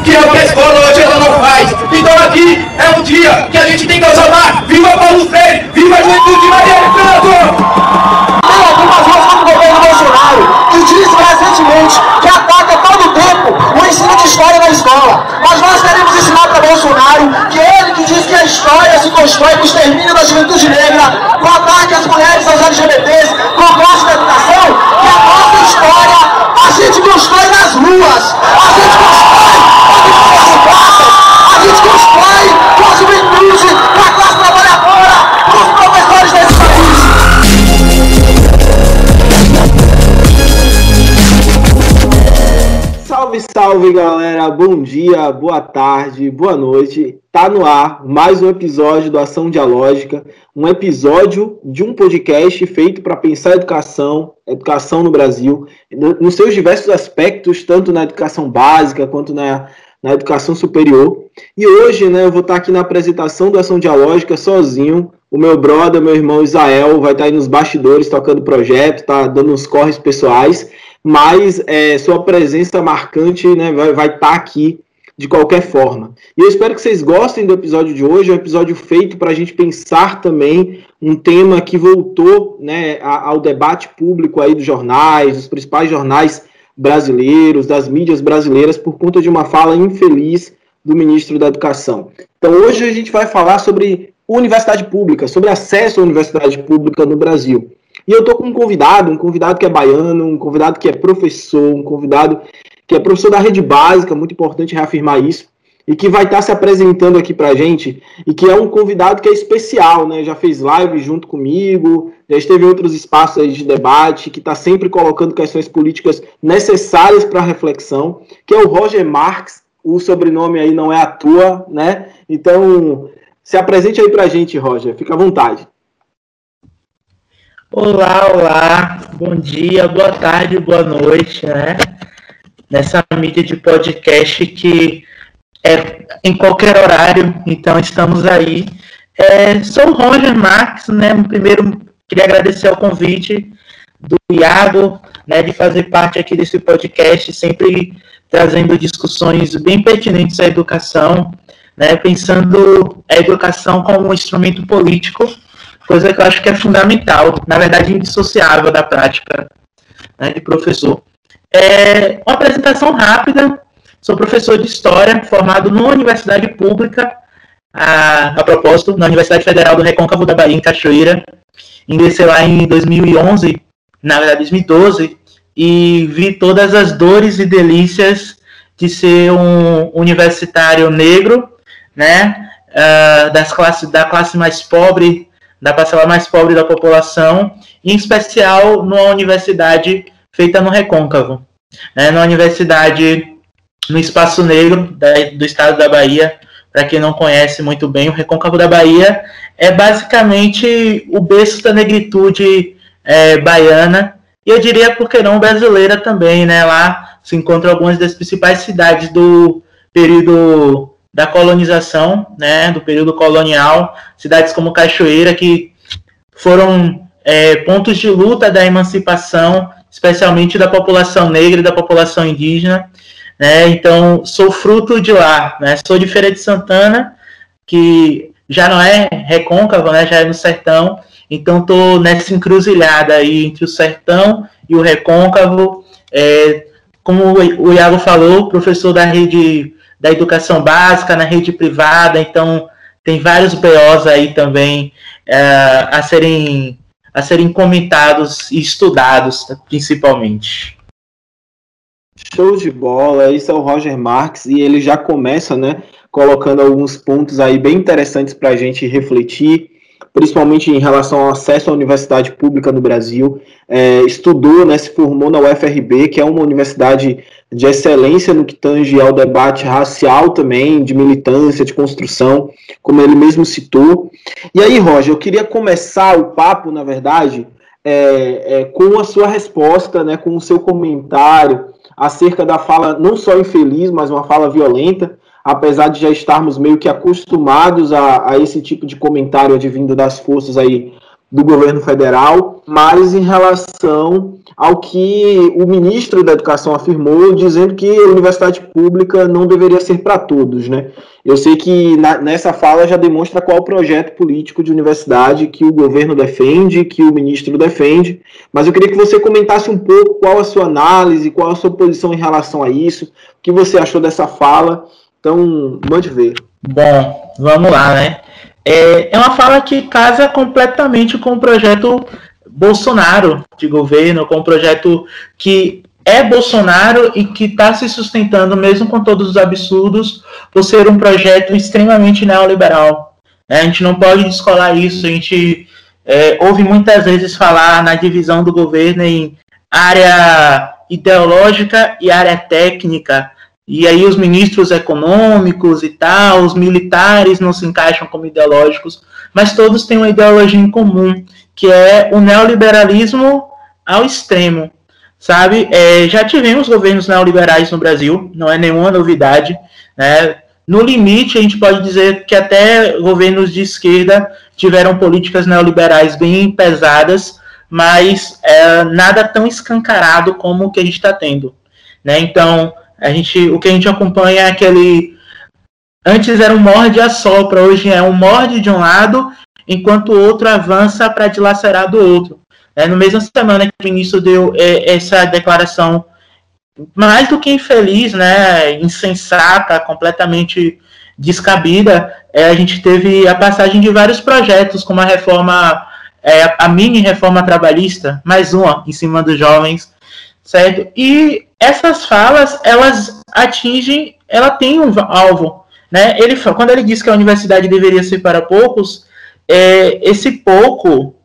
que é o que a escola hoje ela não faz. Então aqui é um dia que a gente tem que exaltar. Viva Paulo Freire, viva a juventude de Marielle Franco! Tem algumas ruas do governo Bolsonaro que disse recentemente que ataca todo tempo o ensino de história na escola. Mas nós queremos ensinar para Bolsonaro que ele que diz que a história se constrói com o extermínio da juventude negra, com o ataque às mulheres, aos LGBTs, com o gosto da educação, que a nossa história a gente constrói nas ruas, a gente constrói com as praças, a gente constrói com a juventude, com a classe trabalhadora, com os professores desse país. Salve, salve, galera! Bom dia, boa tarde, boa noite. Tá no ar mais um episódio do Ação Dialógica, um episódio de um podcast feito para pensar a educação no Brasil, nos seus diversos aspectos, tanto na educação básica quanto na educação superior. E hoje, eu vou estar aqui na apresentação do Ação Dialógica sozinho. O meu brother, meu irmão Isael, vai estar aí nos bastidores tocando projeto, tá dando uns corres pessoais, mas sua presença marcante, vai estar aqui de qualquer forma. E eu espero que vocês gostem do episódio de hoje, é um episódio feito para a gente pensar também um tema que voltou ao debate público aí dos jornais, dos principais jornais brasileiros, das mídias brasileiras, por conta de uma fala infeliz do ministro da Educação. Então hoje a gente vai falar sobre universidade pública, sobre acesso à universidade pública no Brasil. E eu estou com um convidado que é baiano, um convidado que é professor, um convidado que é professor da rede básica, muito importante reafirmar isso, e que vai estar se apresentando aqui para a gente, e que é um convidado que é especial, já fez live junto comigo, já esteve em outros espaços aí de debate, que está sempre colocando questões políticas necessárias para a reflexão, que é o Roger Marques. O sobrenome aí não é à toa, Então, se apresente aí para a gente, Roger, fica à vontade. Olá, bom dia, boa tarde, boa noite, Nessa mídia de podcast que é em qualquer horário, então estamos aí. Sou o Roger Marques, Primeiro, queria agradecer o convite do Iago, de fazer parte aqui desse podcast, sempre trazendo discussões bem pertinentes à educação, pensando a educação como um instrumento político, coisa que eu acho que é fundamental, na verdade indissociável da prática de professor. Uma apresentação rápida. Sou professor de História, formado numa universidade pública, a propósito, na Universidade Federal do Recôncavo da Bahia, em Cachoeira. Ingressei lá em 2011, na verdade 2012, e vi todas as dores e delícias de ser um universitário negro, da classe mais pobre, da parcela mais pobre da população, em especial numa universidade feita no Recôncavo, numa universidade no Espaço Negro do estado da Bahia. Para quem não conhece muito bem, o Recôncavo da Bahia é basicamente o berço da negritude baiana, e eu diria, por que não, brasileira também, Lá se encontram algumas das principais cidades do período da colonização, do período colonial, cidades como Cachoeira, que foram pontos de luta da emancipação, especialmente da população negra e da população indígena, Então, sou fruto de lá, Sou de Feira de Santana, que já não é Recôncavo, já é no sertão, então estou nessa encruzilhada aí entre o sertão e o Recôncavo, como o Iago falou, professor da rede da educação básica, na rede privada, então tem vários BOs aí também a serem comentados e estudados, principalmente. Show de bola, esse é o Roger Marques, e ele já começa, colocando alguns pontos aí bem interessantes para a gente refletir, principalmente em relação ao acesso à universidade pública no Brasil. Estudou, se formou na UFRB, que é uma universidade de excelência no que tange ao debate racial também, de militância, de construção, como ele mesmo citou. E aí, Roger, eu queria começar o papo, na verdade, com a sua resposta, com o seu comentário acerca da fala não só infeliz, mas uma fala violenta, apesar de já estarmos meio que acostumados a esse tipo de comentário advindo das forças aí do governo federal, mas em relação ao que o ministro da Educação afirmou, dizendo que a universidade pública não deveria ser para todos, né? Eu sei que nessa fala já demonstra qual o projeto político de universidade que o governo defende, que o ministro defende, mas eu queria que você comentasse um pouco qual a sua análise, qual a sua posição em relação a isso, o que você achou dessa fala. Então, mande ver. Bom, vamos lá, né? É uma fala que casa completamente com o projeto Bolsonaro de governo, com o projeto que é Bolsonaro e que está se sustentando, mesmo com todos os absurdos, por ser um projeto extremamente neoliberal. A gente não pode descolar isso. A gente ouve muitas vezes falar na divisão do governo em área ideológica e área técnica. E aí os ministros econômicos e tal, os militares não se encaixam como ideológicos, mas todos têm uma ideologia em comum, que é o neoliberalismo ao extremo, sabe? Já tivemos governos neoliberais no Brasil, não é nenhuma novidade, né? No limite, a gente pode dizer que até governos de esquerda tiveram políticas neoliberais bem pesadas, mas nada tão escancarado como o que a gente está tendo, né? Então, o que a gente acompanha é aquele... Antes era um morde-a-sopra, hoje é um morde de um lado, enquanto o outro avança para dilacerar do outro. No mesma semana que o ministro deu essa declaração mais do que infeliz, né, insensata, completamente descabida, a gente teve a passagem de vários projetos, como a reforma, a mini-reforma trabalhista, mais uma, em cima dos jovens, certo? E essas falas, elas atingem, ela tem um alvo, né? Quando ele diz que a universidade deveria ser para poucos, esse pouco,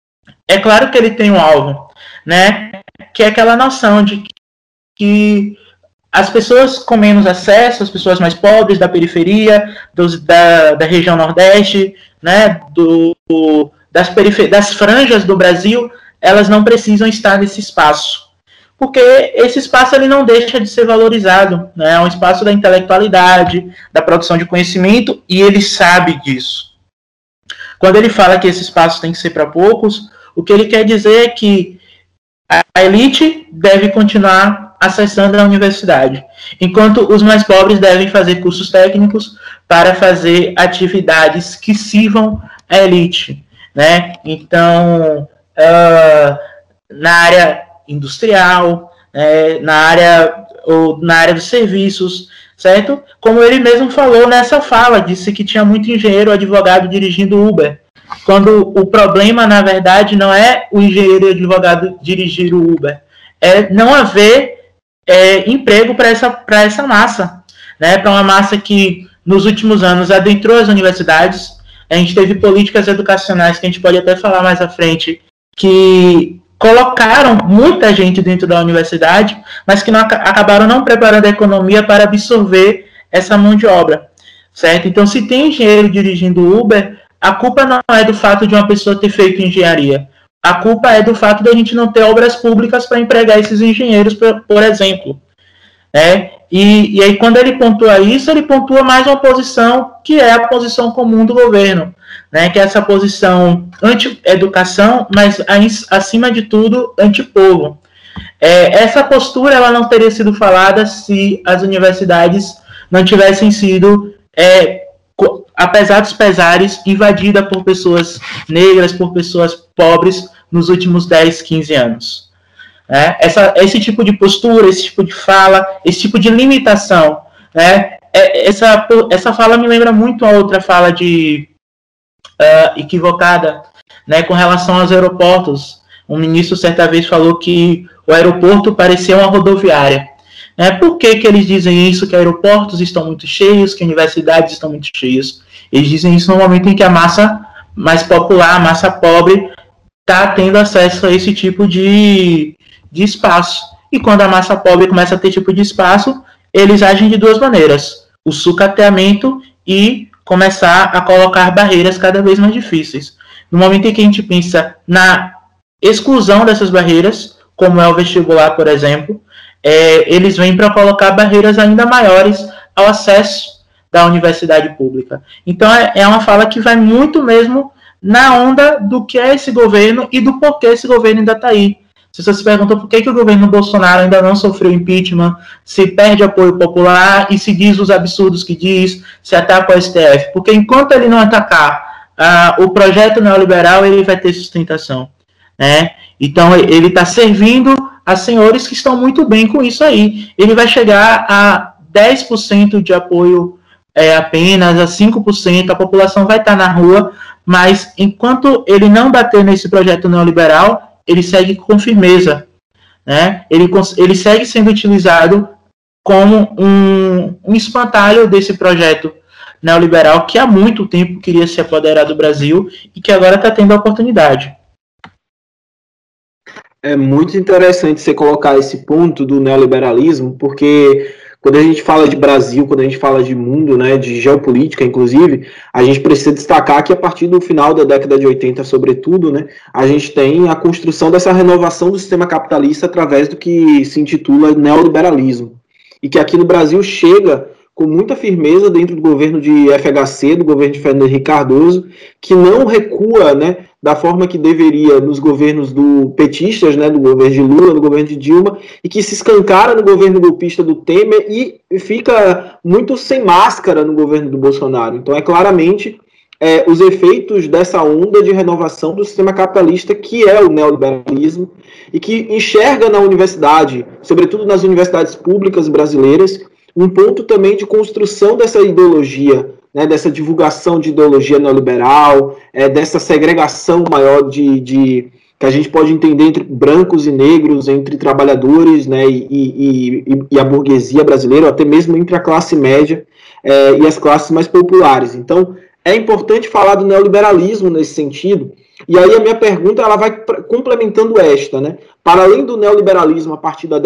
é claro que ele tem um alvo, né? Que é aquela noção de que as pessoas com menos acesso, as pessoas mais pobres da periferia, da região Nordeste, né? Das franjas do Brasil, elas não precisam estar nesse espaço. Porque esse espaço ele não deixa de ser valorizado, né? É um espaço da intelectualidade, da produção de conhecimento, e ele sabe disso. Quando ele fala que esse espaço tem que ser para poucos, o que ele quer dizer é que a elite deve continuar acessando a universidade, enquanto os mais pobres devem fazer cursos técnicos para fazer atividades que sirvam à elite, né? Então, na área industrial, na área dos serviços, certo? Como ele mesmo falou nessa fala, disse que tinha muito engenheiro, advogado dirigindo Uber, quando o problema, na verdade, não é o engenheiro e advogado dirigir o Uber, é não haver emprego para essa massa, né? Para uma massa que nos últimos anos adentrou as universidades. A gente teve políticas educacionais que a gente pode até falar mais à frente, que colocaram muita gente dentro da universidade, mas que acabaram não preparando a economia para absorver essa mão de obra, certo? Então, se tem engenheiro dirigindo Uber, a culpa não é do fato de uma pessoa ter feito engenharia. A culpa é do fato de a gente não ter obras públicas para empregar esses engenheiros, por exemplo. E aí, quando ele pontua isso, ele pontua mais uma posição que é a posição comum do governo, né? Que é essa posição anti-educação, mas, acima de tudo, anti-povo. Essa postura ela não teria sido falada se as universidades não tivessem sido, apesar dos pesares, invadidas por pessoas negras, por pessoas pobres nos últimos 10, 15 anos. Esse tipo de postura, esse tipo de fala, esse tipo de limitação, né? Essa fala me lembra muito a outra fala equivocada, né, com relação aos aeroportos. Um ministro certa vez falou que o aeroporto parecia uma rodoviária. Por que eles dizem isso? Que aeroportos estão muito cheios, que universidades estão muito cheias. Eles dizem isso no momento em que a massa mais popular, a massa pobre, está tendo acesso a esse tipo de espaço. E quando a massa pobre começa a ter tipo de espaço, eles agem de duas maneiras: o sucateamento e começar a colocar barreiras cada vez mais difíceis. No momento em que a gente pensa na exclusão dessas barreiras, como é o vestibular, por exemplo, eles vêm para colocar barreiras ainda maiores ao acesso da universidade pública. Então, é uma fala que vai muito mesmo na onda do que é esse governo e do porquê esse governo ainda está aí. Se você se pergunta por que o governo Bolsonaro ainda não sofreu impeachment, se perde apoio popular e se diz os absurdos que diz, se ataca o STF. Porque enquanto ele não atacar o projeto neoliberal, ele vai ter sustentação. Né? Então, ele está servindo a senhores que estão muito bem com isso aí. Ele vai chegar a 10% de apoio apenas, a 5%, a população vai estar na rua, mas enquanto ele não bater nesse projeto neoliberal, ele segue com firmeza, né? Ele segue sendo utilizado como um espantalho desse projeto neoliberal que há muito tempo queria se apoderar do Brasil e que agora está tendo a oportunidade. É muito interessante você colocar esse ponto do neoliberalismo, porque quando a gente fala de Brasil, quando a gente fala de mundo, né, de geopolítica, inclusive, a gente precisa destacar que a partir do final da década de 80, sobretudo, né, a gente tem a construção dessa renovação do sistema capitalista através do que se intitula neoliberalismo. E que aqui no Brasil chega com muita firmeza dentro do governo de FHC, do governo de Fernando Henrique Cardoso, que não recua, né, da forma que deveria nos governos do petistas, né, do governo de Lula, do governo de Dilma, e que se escancara no governo golpista do Temer e fica muito sem máscara no governo do Bolsonaro. Então é claramente os efeitos dessa onda de renovação do sistema capitalista que é o neoliberalismo e que enxerga na universidade, sobretudo nas universidades públicas brasileiras, um ponto também de construção dessa ideologia, né, dessa divulgação de ideologia neoliberal, dessa segregação maior que a gente pode entender entre brancos e negros, entre trabalhadores, né, e a burguesia brasileira, ou até mesmo entre a classe média e as classes mais populares. Então, é importante falar do neoliberalismo nesse sentido, e aí a minha pergunta ela vai complementando esta, né? Para além do neoliberalismo a partir da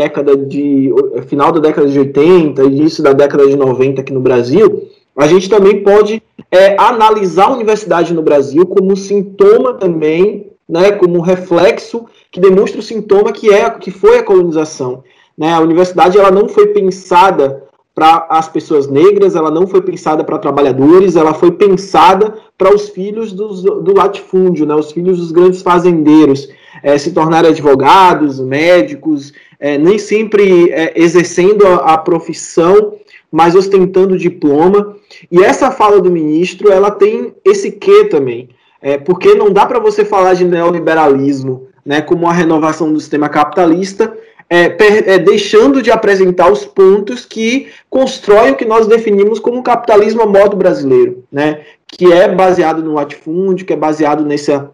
final da década de 80, início da década de 90 aqui no Brasil, a gente também pode analisar a universidade no Brasil como um sintoma também, né, como um reflexo que demonstra o sintoma que foi a colonização. Né? A universidade ela não foi pensada para as pessoas negras, ela não foi pensada para trabalhadores, ela foi pensada para os filhos do latifúndio, né, os filhos dos grandes fazendeiros, se tornarem advogados, médicos, nem sempre exercendo a profissão, mas ostentando diploma. E essa fala do ministro, ela tem esse quê também, porque não dá para você falar de neoliberalismo, né, como a renovação do sistema capitalista, deixando de apresentar os pontos que constroem o que nós definimos como capitalismo a modo brasileiro, né, que é baseado no latifúndio, que é baseado nessa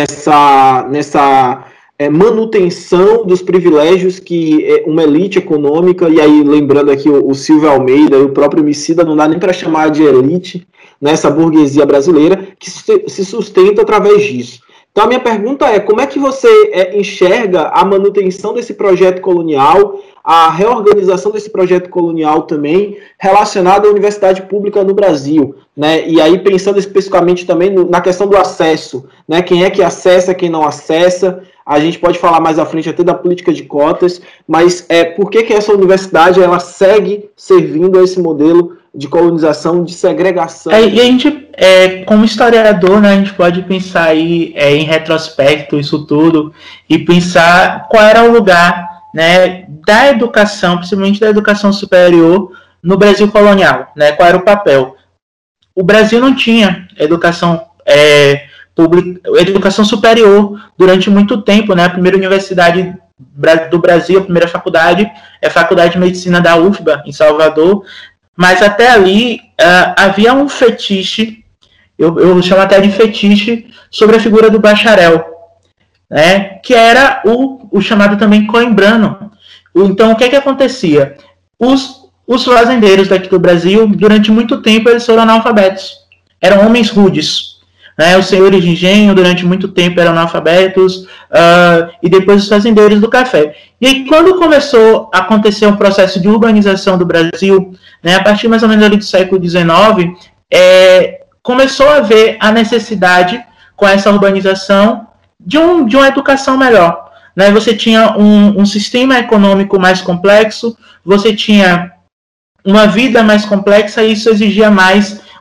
manutenção dos privilégios que uma elite econômica, e aí lembrando aqui o Silvio Almeida e o próprio Emicida, não dá nem para chamar de elite, nessa burguesia brasileira, que se sustenta através disso. Então a minha pergunta é, como é que você enxerga a manutenção desse projeto colonial, a reorganização desse projeto colonial também, relacionado à universidade pública no Brasil, né? E aí pensando especificamente também na questão do acesso, né? Quem é que acessa, quem não acessa. A gente pode falar mais à frente até da política de cotas, mas por que essa universidade ela segue servindo a esse modelo de colonização, de segregação? E a gente, como historiador, né, a gente pode pensar aí em retrospecto isso tudo e pensar qual era o lugar, né, da educação, principalmente da educação superior no Brasil colonial, né, qual era o papel. O Brasil não tinha educação educação superior durante muito tempo, né? A primeira universidade do Brasil, a primeira faculdade, é a Faculdade de Medicina da UFBA, em Salvador, mas até ali havia um fetiche, eu chamo até de fetiche, sobre a figura do bacharel, né? Que era o chamado também coimbrano. Então, o que acontecia? Os fazendeiros daqui do Brasil, durante muito tempo, eles foram analfabetos, eram homens rudes. Os senhores de engenho, durante muito tempo, eram analfabetos, e depois os fazendeiros do café. E aí, quando começou a acontecer um processo de urbanização do Brasil, né, a partir mais ou menos ali do século XIX, começou a haver a necessidade, com essa urbanização, de uma educação melhor. Né? Você tinha um sistema econômico mais complexo, você tinha uma vida mais complexa, e isso exigia mais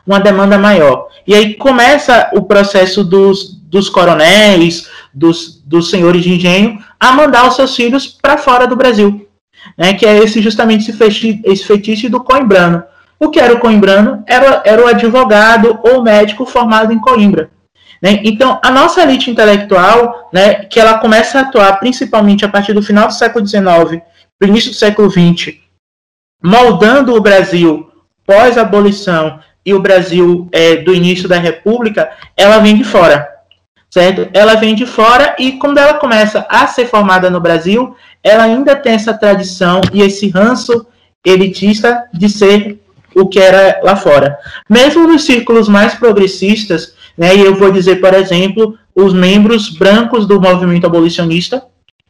uma demanda maior. E aí começa o processo dos coronéis, dos senhores de engenho, a mandar os seus filhos para fora do Brasil, né, que é justamente esse fetiche do coimbrano. O que era o coimbrano? Era o advogado ou médico formado em Coimbra. Né? Então, a nossa elite intelectual, né, que ela começa a atuar principalmente a partir do final do século XIX, do início do século XX, moldando o Brasil pós-abolição e o Brasil do início da República, ela vem de fora. Certo? Ela vem de fora e quando ela começa a ser formada no Brasil, ela ainda tem essa tradição e esse ranço elitista de ser o que era lá fora. Mesmo nos círculos mais progressistas, né, e eu vou dizer, por exemplo, os membros brancos do movimento abolicionista,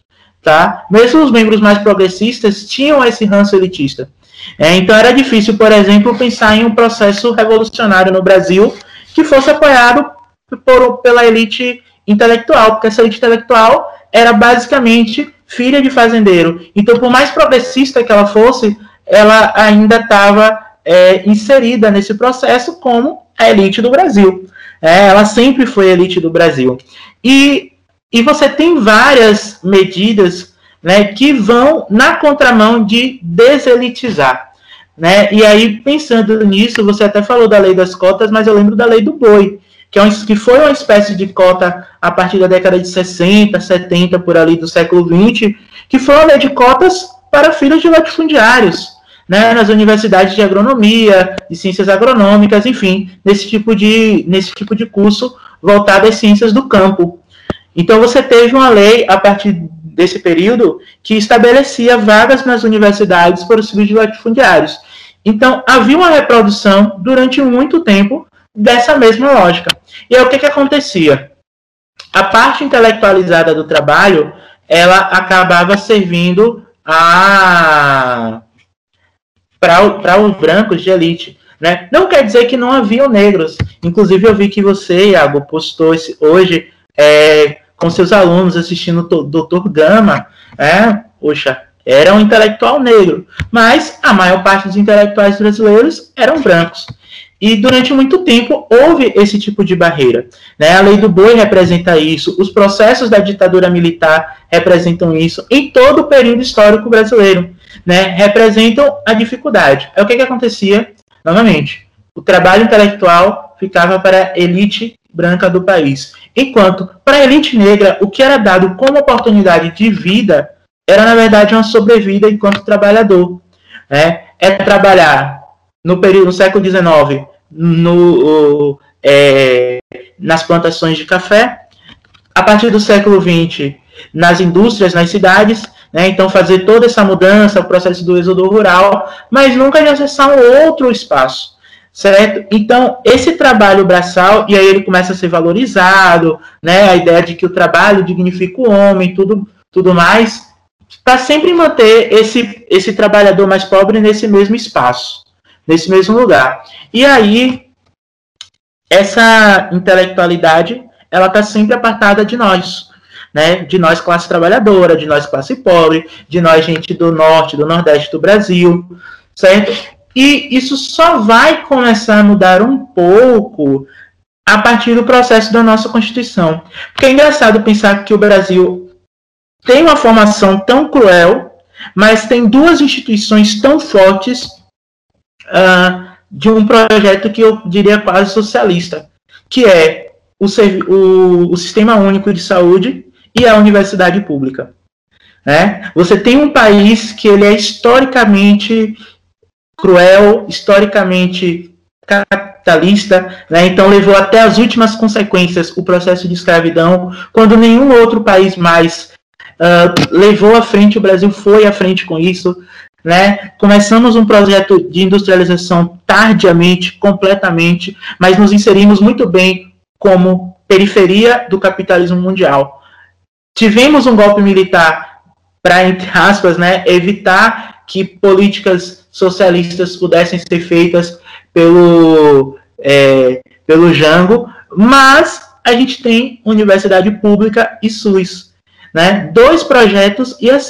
tá? Mesmo os membros mais progressistas tinham esse ranço elitista. Então era difícil, por exemplo, pensar em um processo revolucionário no Brasil que fosse apoiado pela elite intelectual, porque essa elite intelectual era basicamente filha de fazendeiro. Então, por mais progressista que ela fosse, ela ainda estava inserida nesse processo como a elite do Brasil. Ela sempre foi a elite do Brasil. E você tem várias medidas, né, que vão na contramão de deselitizar. Né? E aí, pensando nisso, você até falou da lei das cotas, mas eu lembro da lei do boi, que foi uma espécie de cota a partir da década de 60, 70, por ali do século XX, que foi uma lei de cotas para filhos de latifundiários, né, nas universidades de agronomia, de ciências agronômicas, enfim, nesse tipo de curso voltado às ciências do campo. Então você teve uma lei, a partir desse período, que estabelecia vagas nas universidades para os filhos de latifundiários. Então havia uma reprodução, durante muito tempo, dessa mesma lógica. E aí o que acontecia? A parte intelectualizada do trabalho, ela acabava servindo para os brancos de elite. Né? Não quer dizer que não haviam negros. Inclusive eu vi que você, Iago, postou hoje com seus alunos assistindo o Dr. Gama. Poxa, era um intelectual negro. Mas a maior parte dos intelectuais brasileiros eram brancos. E durante muito tempo houve esse tipo de barreira. Né? A lei do boi representa isso, os processos da ditadura militar representam isso, em todo o período histórico brasileiro. Né? Representam a dificuldade. É o que acontecia, novamente, o trabalho intelectual ficava para a elite branca do país. Enquanto, para a elite negra, o que era dado como oportunidade de vida era, na verdade, uma sobrevida enquanto trabalhador. Né? É trabalhar no século XIX, nas plantações de café, a partir do século XX, nas indústrias, nas cidades, né? Então fazer toda essa mudança, o processo do êxodo rural, mas nunca de acessar um outro espaço, certo? Então, esse trabalho braçal, e aí ele começa a ser valorizado, né? A ideia de que o trabalho dignifica o homem, tudo mais, para sempre manter esse trabalhador mais pobre nesse mesmo espaço, nesse mesmo lugar. E aí, essa intelectualidade, ela está sempre apartada de nós, né? De nós, classe trabalhadora, de nós, classe pobre, de nós, gente do norte, do nordeste do Brasil, certo? E isso só vai começar a mudar um pouco a partir do processo da nossa Constituição. Porque é engraçado pensar que o Brasil tem uma formação tão cruel, mas tem duas instituições tão fortes de um projeto que eu diria quase socialista, que é o Sistema Único de Saúde e a universidade pública. Né? Você tem um país que ele é historicamente cruel, historicamente capitalista, né? Então levou até as últimas consequências o processo de escravidão, quando nenhum outro país mais levou à frente, o Brasil foi à frente com isso. Né? Começamos um projeto de industrialização tardiamente, completamente, mas nos inserimos muito bem como periferia do capitalismo mundial. Tivemos um golpe militar para, entre aspas, né, evitar que políticas socialistas pudessem ser feitas pelo Jango, mas a gente tem universidade pública e SUS. Né? Dois projetos, e assim,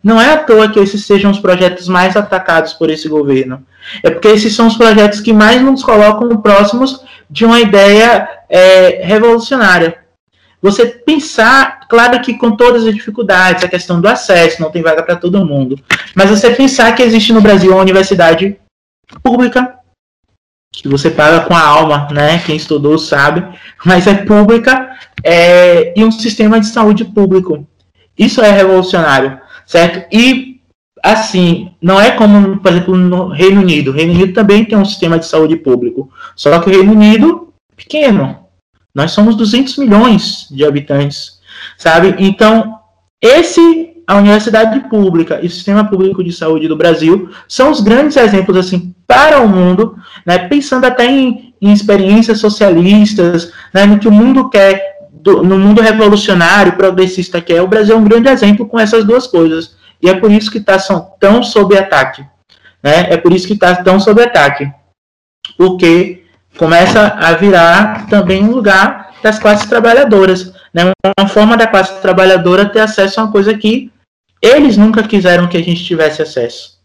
Não é à toa que esses sejam os projetos mais atacados por esse governo. É porque esses são os projetos que mais nos colocam próximos de uma ideia revolucionária. Você pensar, claro que com todas as dificuldades, a questão do acesso, não tem vaga para todo mundo, mas você pensar que existe no Brasil uma universidade pública, que você paga com a alma, né? Quem estudou sabe, mas é pública, e um sistema de saúde público. Isso é revolucionário, certo? E, assim, não é como, por exemplo, no Reino Unido. O Reino Unido também tem um sistema de saúde público, só que o Reino Unido é pequeno. Nós somos 200 milhões de habitantes, sabe? Então, a universidade pública e o sistema público de saúde do Brasil são os grandes exemplos, assim, para o mundo, né? Pensando até em experiências socialistas, né? No que o mundo quer, no mundo revolucionário, progressista que é. O Brasil é um grande exemplo com essas duas coisas. E é por isso que está tão sob ataque. Né? É por isso que está tão sob ataque. Porque começa a virar também um lugar das classes trabalhadoras. Né? Uma forma da classe trabalhadora ter acesso a uma coisa que eles nunca quiseram que a gente tivesse acesso.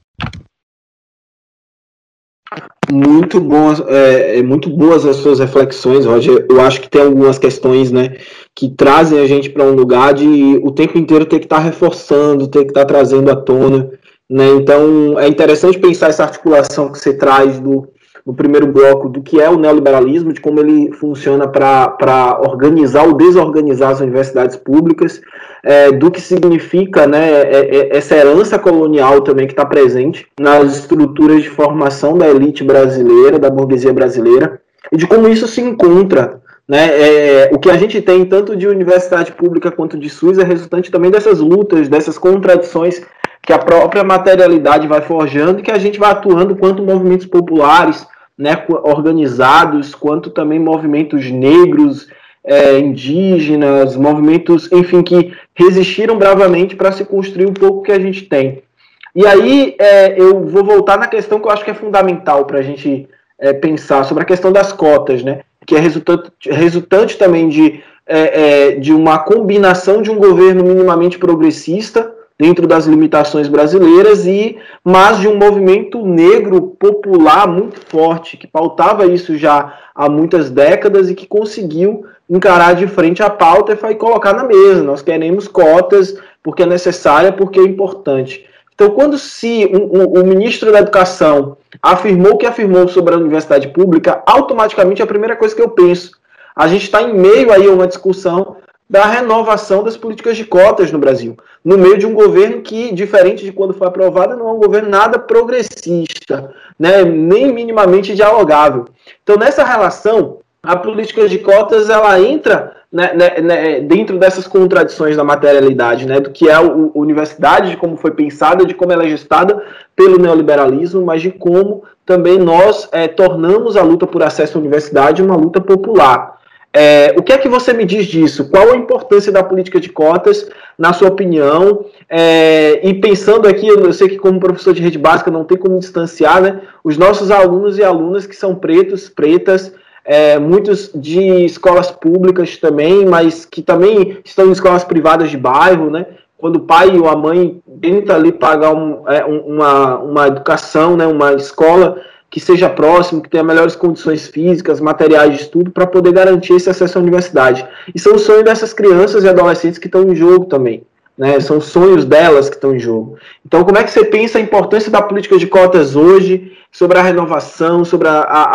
Muito boas as suas reflexões, Roger. Eu acho que tem algumas questões, né, que trazem a gente para um lugar de o tempo inteiro ter que estar reforçando, ter que estar trazendo à tona, né? Então é interessante pensar essa articulação que você traz no primeiro bloco do que é o neoliberalismo, de como ele funciona para organizar ou desorganizar as universidades públicas, do que significa, né, essa herança colonial também que está presente nas estruturas de formação da elite brasileira, da burguesia brasileira, e de como isso se encontra. Né, o que a gente tem tanto de universidade pública quanto de SUS é resultante também dessas lutas, dessas contradições que a própria materialidade vai forjando e que a gente vai atuando quanto movimentos populares, né, organizados, quanto também movimentos negros, indígenas, movimentos, enfim, que resistiram bravamente para se construir um pouco que a gente tem. E aí eu vou voltar na questão que eu acho que é fundamental para a gente pensar sobre a questão das cotas, né, que é resultante também de uma combinação de um governo minimamente progressista dentro das limitações brasileiras, mas de um movimento negro popular muito forte, que pautava isso já há muitas décadas e que conseguiu encarar de frente a pauta e colocar na mesa. Nós queremos cotas porque é necessária, porque é importante. Então, quando o ministro da Educação afirmou o que afirmou sobre a universidade pública, automaticamente a primeira coisa que eu penso, a gente está em meio aí a uma discussão da renovação das políticas de cotas no Brasil, no meio de um governo que, diferente de quando foi aprovado, não é um governo nada progressista, né, nem minimamente dialogável. Então, nessa relação, a política de cotas ela entra dentro dessas contradições da materialidade, né, do que é a universidade, de como foi pensada, de como ela é gestada pelo neoliberalismo, mas de como também nós tornamos a luta por acesso à universidade uma luta popular. O que é que você me diz disso? Qual a importância da política de cotas, na sua opinião? E pensando aqui, eu sei que como professor de rede básica não tem como distanciar, né, os nossos alunos e alunas que são pretos, pretas, muitos de escolas públicas também, mas que também estão em escolas privadas de bairro, né? Quando o pai ou a mãe tenta ali pagar uma educação, né, uma escola que seja próximo, que tenha melhores condições físicas, materiais de estudo, para poder garantir esse acesso à universidade. E são os sonhos dessas crianças e adolescentes que estão em jogo também, né? São os sonhos delas que estão em jogo. Então, como é que você pensa a importância da política de cotas hoje, sobre a renovação, sobre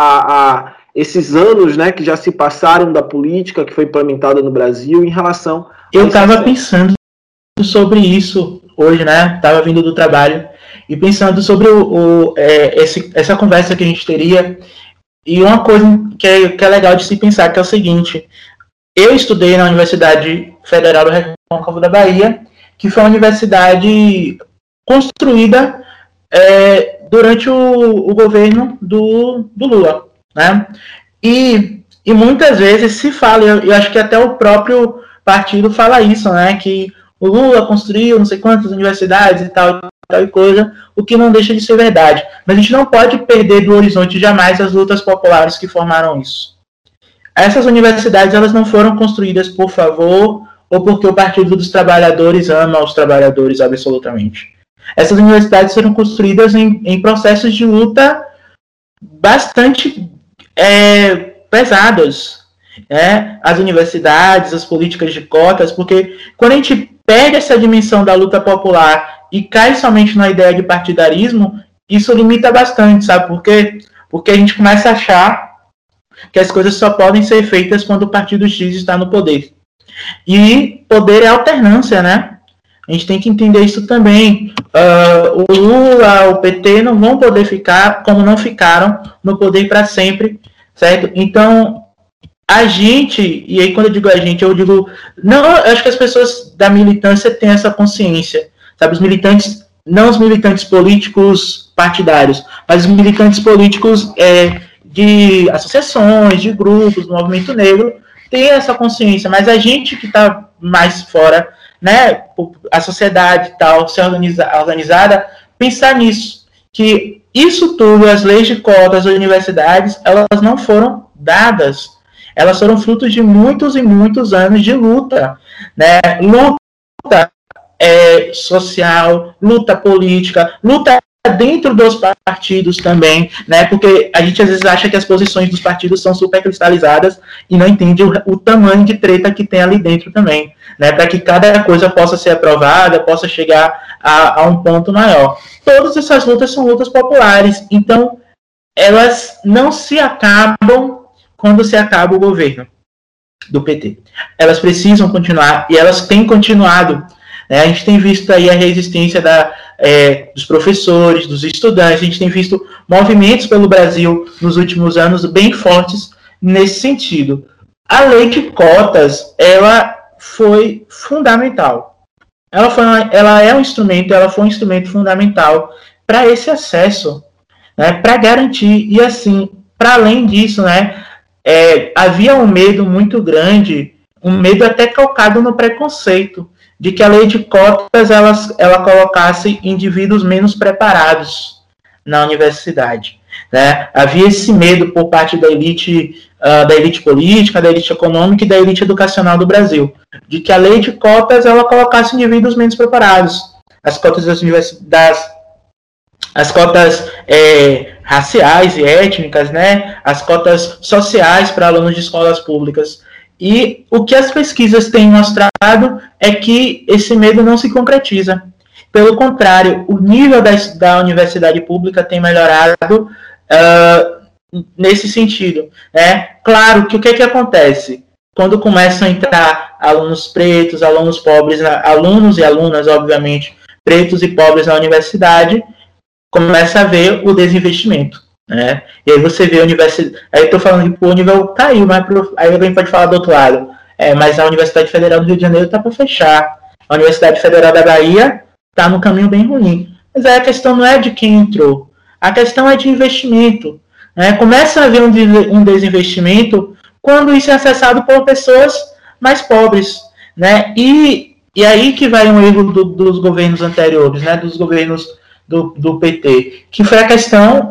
esses anos, né, que já se passaram da política que foi implementada no Brasil em relação... Eu estava pensando sobre isso hoje, né? Estava vindo do trabalho e pensando sobre essa conversa que a gente teria, e uma coisa que é legal de se pensar, que é o seguinte: eu estudei na Universidade Federal do Recôncavo da Bahia, que foi uma universidade construída durante o governo do Lula, né? E muitas vezes se fala, eu acho que até o próprio partido fala isso, né? Que o Lula construiu não sei quantas universidades e tal e coisa, o que não deixa de ser verdade. Mas a gente não pode perder do horizonte jamais as lutas populares que formaram isso. Essas universidades, elas não foram construídas por favor ou porque o Partido dos Trabalhadores ama os trabalhadores absolutamente. essas universidades foram construídas em processos de luta bastante pesados. As universidades, as políticas de cotas, porque quando a gente perde essa dimensão da luta popular e cai somente na ideia de partidarismo, isso limita bastante, sabe por quê? Porque a gente começa a achar que as coisas só podem ser feitas quando o partido X está no poder. E poder é alternância, né? A gente tem que entender isso também. O Lula, o PT não vão poder ficar, como não ficaram, no poder para sempre, certo? Então, a gente, e aí quando eu digo a gente, eu digo... Não, eu acho que as pessoas da militância têm essa consciência, sabe? Os militantes, não os militantes políticos partidários, mas os militantes políticos de associações, de grupos, do movimento negro, têm essa consciência, mas a gente que está mais fora, né, a sociedade tal, ser organizada, pensar nisso, que isso tudo, as leis de cotas das universidades, elas não foram dadas, elas foram frutos de muitos e muitos anos de luta, né, luta social, luta política, luta dentro dos partidos também, né? Porque a gente às vezes acha que as posições dos partidos são super cristalizadas e não entende o tamanho de treta que tem ali dentro também, né? Para que cada coisa possa ser aprovada, possa chegar a um ponto maior. Todas essas lutas são lutas populares, então elas não se acabam quando se acaba o governo do PT. Elas precisam continuar e elas têm continuado. A gente tem visto aí a resistência dos professores, dos estudantes, a gente tem visto movimentos pelo Brasil nos últimos anos bem fortes nesse sentido. A lei de cotas, ela foi fundamental. Ela foi um instrumento fundamental para esse acesso, né, para garantir, e assim, para além disso, né, havia um medo muito grande, um medo até calcado no preconceito, de que a lei de cotas ela colocasse indivíduos menos preparados na universidade, né? Havia esse medo por parte da elite política, da elite econômica e da elite educacional do Brasil, de que a lei de cotas ela colocasse indivíduos menos preparados. As cotas das universidades, as cotas raciais e étnicas, né? As cotas sociais para alunos de escolas públicas. E o que as pesquisas têm mostrado é que esse medo não se concretiza. Pelo contrário, o nível da universidade pública tem melhorado nesse sentido. Né? Claro que o que acontece? Quando começam a entrar alunos pretos, alunos pobres, alunos e alunas, obviamente, pretos e pobres na universidade, começa a ver o desinvestimento. Né? E aí você vê a universidade. Aí eu estou falando que o nível caiu, mas aí alguém pode falar do outro lado. Mas a Universidade Federal do Rio de Janeiro está para fechar. A Universidade Federal da Bahia está no caminho bem ruim. Mas aí a questão não é de quem entrou. A questão é de investimento. Né? Começa a haver um desinvestimento quando isso é acessado por pessoas mais pobres. Né? E aí que vai um erro dos governos anteriores, né? Dos governos do PT, que foi a questão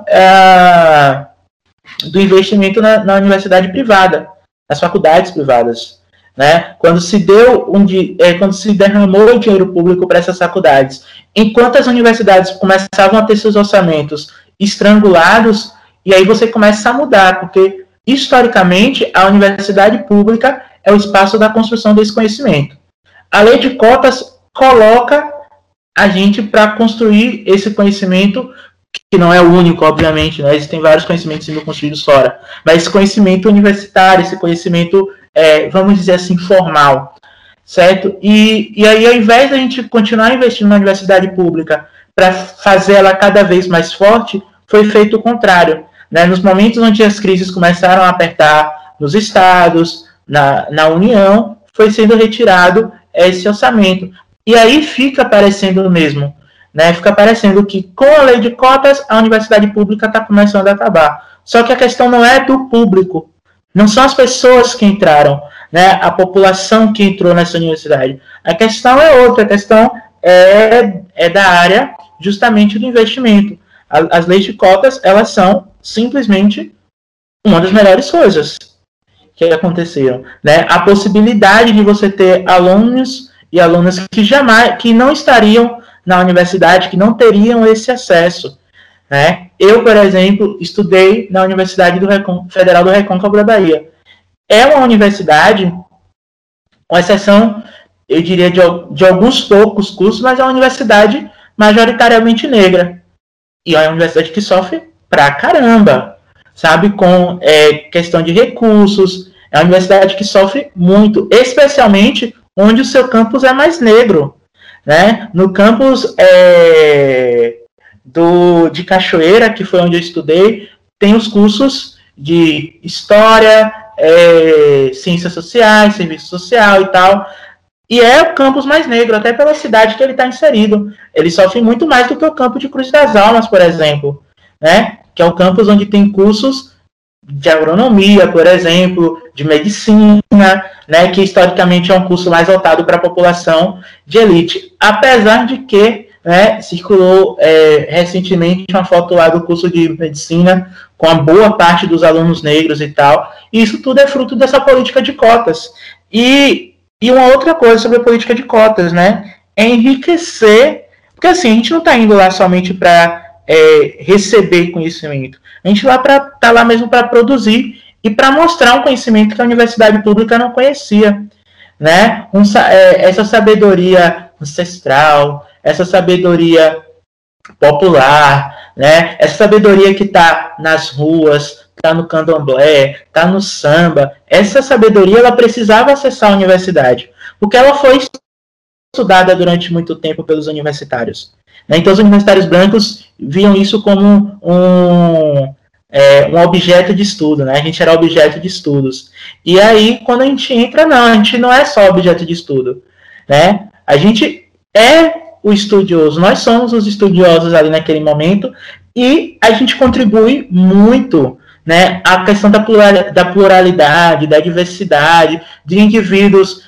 do investimento na universidade privada, nas faculdades privadas, né? Quando se derramou o dinheiro público para essas faculdades, enquanto as universidades começavam a ter seus orçamentos estrangulados, e aí você começa a mudar, porque historicamente a universidade pública é o espaço da construção desse conhecimento. A lei de cotas coloca a gente para construir esse conhecimento, que não é o único, obviamente, né? Existem vários conhecimentos sendo construídos fora, mas esse conhecimento universitário, esse conhecimento, vamos dizer assim, formal, certo? E aí, ao invés da gente continuar investindo na universidade pública para fazer ela cada vez mais forte, foi feito o contrário, né? Nos momentos onde as crises começaram a apertar nos estados, na União, foi sendo retirado esse orçamento. E aí fica parecendo mesmo, né? Fica parecendo que com a lei de cotas a universidade pública está começando a acabar. Só que a questão não é do público, não são as pessoas que entraram, né? A população que entrou nessa universidade. A questão é outra, a questão é da área justamente do investimento. As leis de cotas, elas são simplesmente uma das melhores coisas que aconteceram, né? A possibilidade de você ter alunos e alunas que não estariam na universidade que não teriam esse acesso, né? Eu, por exemplo, estudei na Universidade Federal do Recôncavo da Bahia. É uma universidade, com exceção, eu diria, de alguns poucos cursos, mas é uma universidade majoritariamente negra. E é uma universidade que sofre pra caramba, sabe? Com questão de recursos. É uma universidade que sofre muito, especialmente onde o seu campus é mais negro, né? No campus de Cachoeira, que foi onde eu estudei, tem os cursos de História, Ciências Sociais, Serviço Social e tal. E é o campus mais negro, até pela cidade que ele está inserido. Ele sofre muito mais do que o campus de Cruz das Almas, por exemplo, né? Que é o campus onde tem cursos de agronomia, por exemplo, de medicina, né? Que historicamente é um curso mais voltado para a população de elite. Apesar de que, né, circulou recentemente uma foto lá do curso de medicina com a boa parte dos alunos negros e tal. E isso tudo é fruto dessa política de cotas. E uma outra coisa sobre a política de cotas, né? É enriquecer, porque assim, a gente não está indo lá somente para receber conhecimento. A gente está lá mesmo para produzir e para mostrar um conhecimento que a universidade pública não conhecia, né? Essa sabedoria ancestral, essa sabedoria popular, né? Essa sabedoria que está nas ruas, está no candomblé, está no samba. Essa sabedoria ela precisava acessar a universidade, porque ela foi estudada durante muito tempo pelos universitários. Então, os universitários brancos viam isso como um objeto de estudo, né? A gente era objeto de estudos. E aí, quando a gente entra, não, a gente não é só objeto de estudo, né? A gente é o estudioso, nós somos os estudiosos ali naquele momento e a gente contribui muito, né? A questão da pluralidade, da diversidade, de indivíduos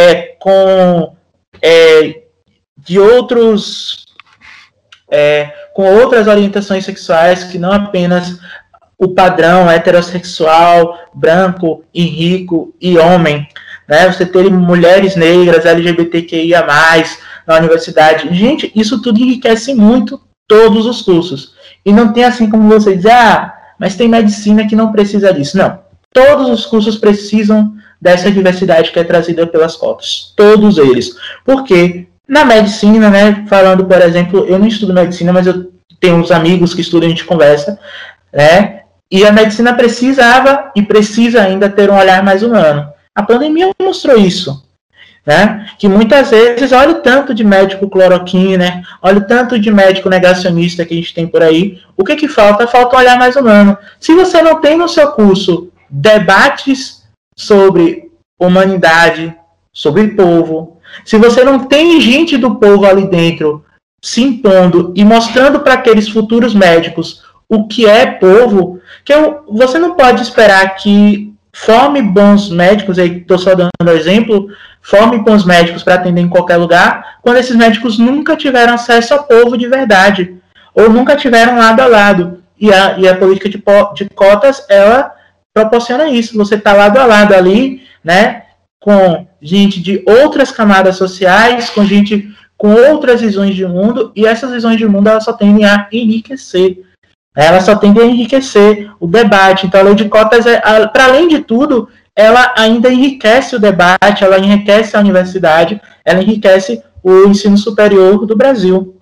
com outras orientações sexuais que não apenas o padrão heterossexual, branco e rico e homem, né? Você ter mulheres negras, LGBTQIA+, na universidade. Gente, isso tudo enriquece muito todos os cursos. E não tem assim como você dizer, mas tem medicina que não precisa disso. Não. Todos os cursos precisam dessa diversidade que é trazida pelas cotas. Todos eles. Porque na medicina, né, falando, por exemplo, eu não estudo medicina, mas eu tenho uns amigos que estudam, a gente conversa, né? E a medicina precisava e precisa ainda ter um olhar mais humano. A pandemia mostrou isso, né? Que muitas vezes, olha o tanto de médico cloroquina, né? Olha o tanto de médico negacionista que a gente tem por aí. O que falta? Falta um olhar mais humano. Se você não tem no seu curso debates sobre humanidade, sobre povo, se você não tem gente do povo ali dentro se impondo e mostrando para aqueles futuros médicos o que é povo, você não pode esperar que forme bons médicos, aí estou só dando exemplo, forme bons médicos para atender em qualquer lugar, quando esses médicos nunca tiveram acesso ao povo de verdade, ou nunca tiveram lado a lado. E a política de cotas, ela proporciona isso. Você está lado a lado ali, né, com gente de outras camadas sociais, com gente com outras visões de mundo, e essas visões de mundo elas só tendem a enriquecer. Ela só tende a enriquecer o debate. Então, a lei de cotas, para além de tudo, ela ainda enriquece o debate, ela enriquece a universidade, ela enriquece o ensino superior do Brasil.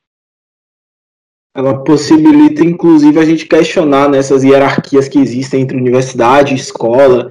Ela possibilita, inclusive, a gente questionar nessas hierarquias que existem entre universidade e escola,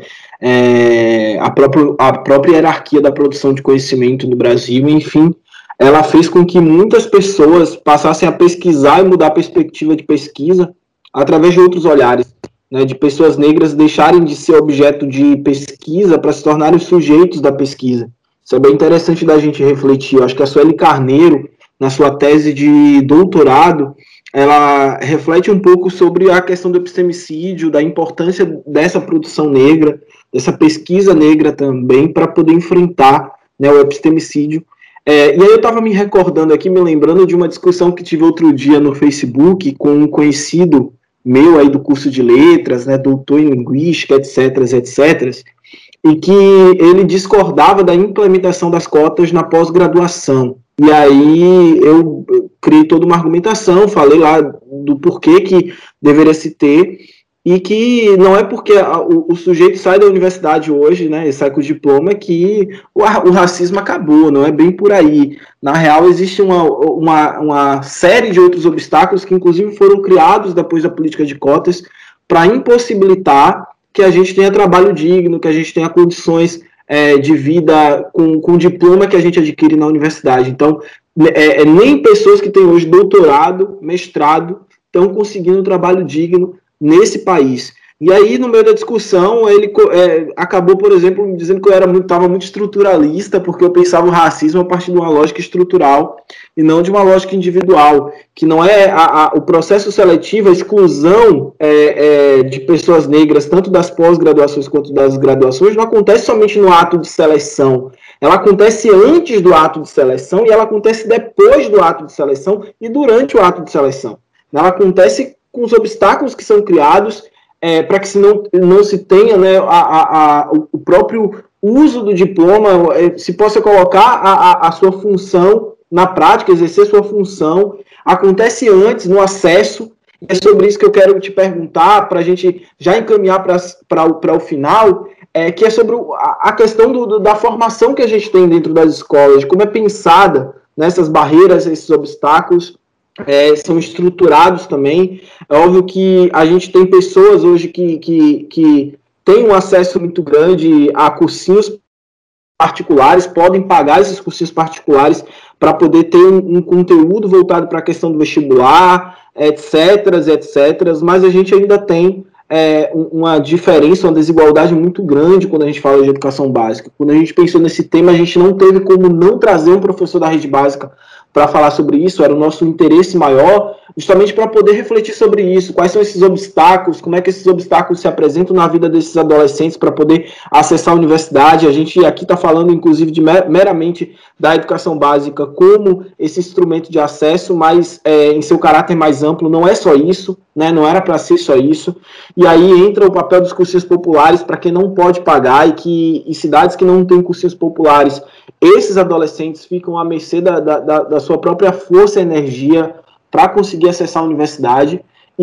a própria hierarquia da produção de conhecimento no Brasil, enfim. Ela fez com que muitas pessoas passassem a pesquisar e mudar a perspectiva de pesquisa através de outros olhares, né, de pessoas negras deixarem de ser objeto de pesquisa para se tornarem sujeitos da pesquisa. Isso é bem interessante da gente refletir. Eu acho que a Sueli Carneiro, na sua tese de doutorado, ela reflete um pouco sobre a questão do epistemicídio, da importância dessa produção negra, dessa pesquisa negra também, para poder enfrentar, né, o epistemicídio. E aí eu estava me recordando aqui, me lembrando de uma discussão que tive outro dia no Facebook com um conhecido meu aí do curso de letras, né, doutor em linguística, etc, e que ele discordava da implementação das cotas na pós-graduação, E aí eu criei toda uma argumentação, falei lá do porquê que deveria se ter, e que não é porque o sujeito sai da universidade hoje, né, e sai com o diploma, que o racismo acabou, não é bem por aí. Na real, existe uma série de outros obstáculos que, inclusive, foram criados depois da política de cotas para impossibilitar que a gente tenha trabalho digno, que a gente tenha condições de vida com o diploma que a gente adquire na universidade. Então, nem pessoas que têm hoje doutorado, mestrado, estão conseguindo um trabalho digno nesse país. E aí, no meio da discussão, ele acabou, por exemplo, dizendo que eu estava muito estruturalista, porque eu pensava o racismo a partir de uma lógica estrutural e não de uma lógica individual, que não é o processo seletivo, a exclusão de pessoas negras, tanto das pós-graduações quanto das graduações, não acontece somente no ato de seleção. Ela acontece antes do ato de seleção e ela acontece depois do ato de seleção e durante o ato de seleção. Ela acontece com os obstáculos que são criados para que não se tenha, né, o próprio uso do diploma, se possa colocar a sua função na prática, exercer sua função. Acontece antes, no acesso. É sobre isso que eu quero te perguntar, para a gente já encaminhar para o final, que é sobre a questão da formação que a gente tem dentro das escolas, de como é pensada nessas barreiras, esses obstáculos, são estruturados também. É óbvio que a gente tem pessoas hoje que têm um acesso muito grande a cursinhos particulares, podem pagar esses cursinhos particulares para poder ter um conteúdo voltado para a questão do vestibular, etc, mas a gente ainda tem uma diferença, uma desigualdade muito grande quando a gente fala de educação básica. Quando a gente pensou nesse tema, a gente não teve como não trazer um professor da rede básica para falar sobre isso, era o nosso interesse maior, justamente para poder refletir sobre isso, quais são esses obstáculos, como é que esses obstáculos se apresentam na vida desses adolescentes para poder acessar a universidade. A gente aqui está falando, inclusive, meramente da educação básica como esse instrumento de acesso, mas em seu caráter mais amplo, não é só isso, né? Não era para ser só isso. E aí entra o papel dos cursinhos populares para quem não pode pagar, e que em cidades que não têm cursinhos populares, esses adolescentes ficam à mercê da sua própria força e energia para conseguir acessar a universidade.